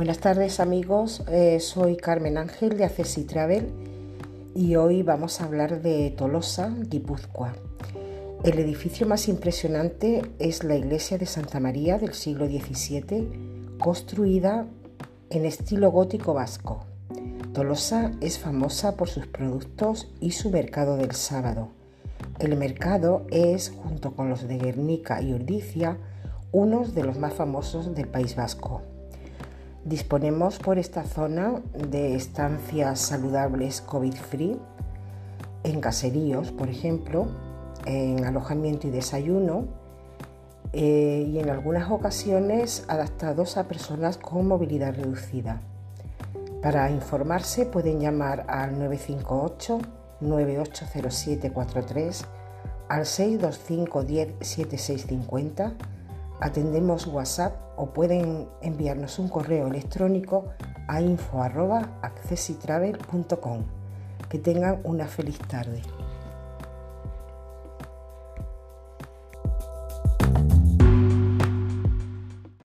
Buenas tardes amigos, soy Carmen Ángel de Accessi Travel y hoy vamos a hablar de Tolosa, Guipúzcoa. El edificio más impresionante es la iglesia de Santa María del siglo XVII, construida en estilo gótico vasco. Tolosa es famosa por sus productos y su mercado del sábado. El mercado es, junto con los de Guernica y Ordizia, uno de los más famosos del País Vasco. Disponemos por esta zona de estancias saludables COVID-free, en caseríos, por ejemplo, en alojamiento y desayuno, y en algunas ocasiones adaptados a personas con movilidad reducida. Para informarse pueden llamar al 958-980743, al 625 10 7650. Atendemos WhatsApp o pueden enviarnos un correo electrónico a info@accessitravel.com. Que tengan una feliz tarde.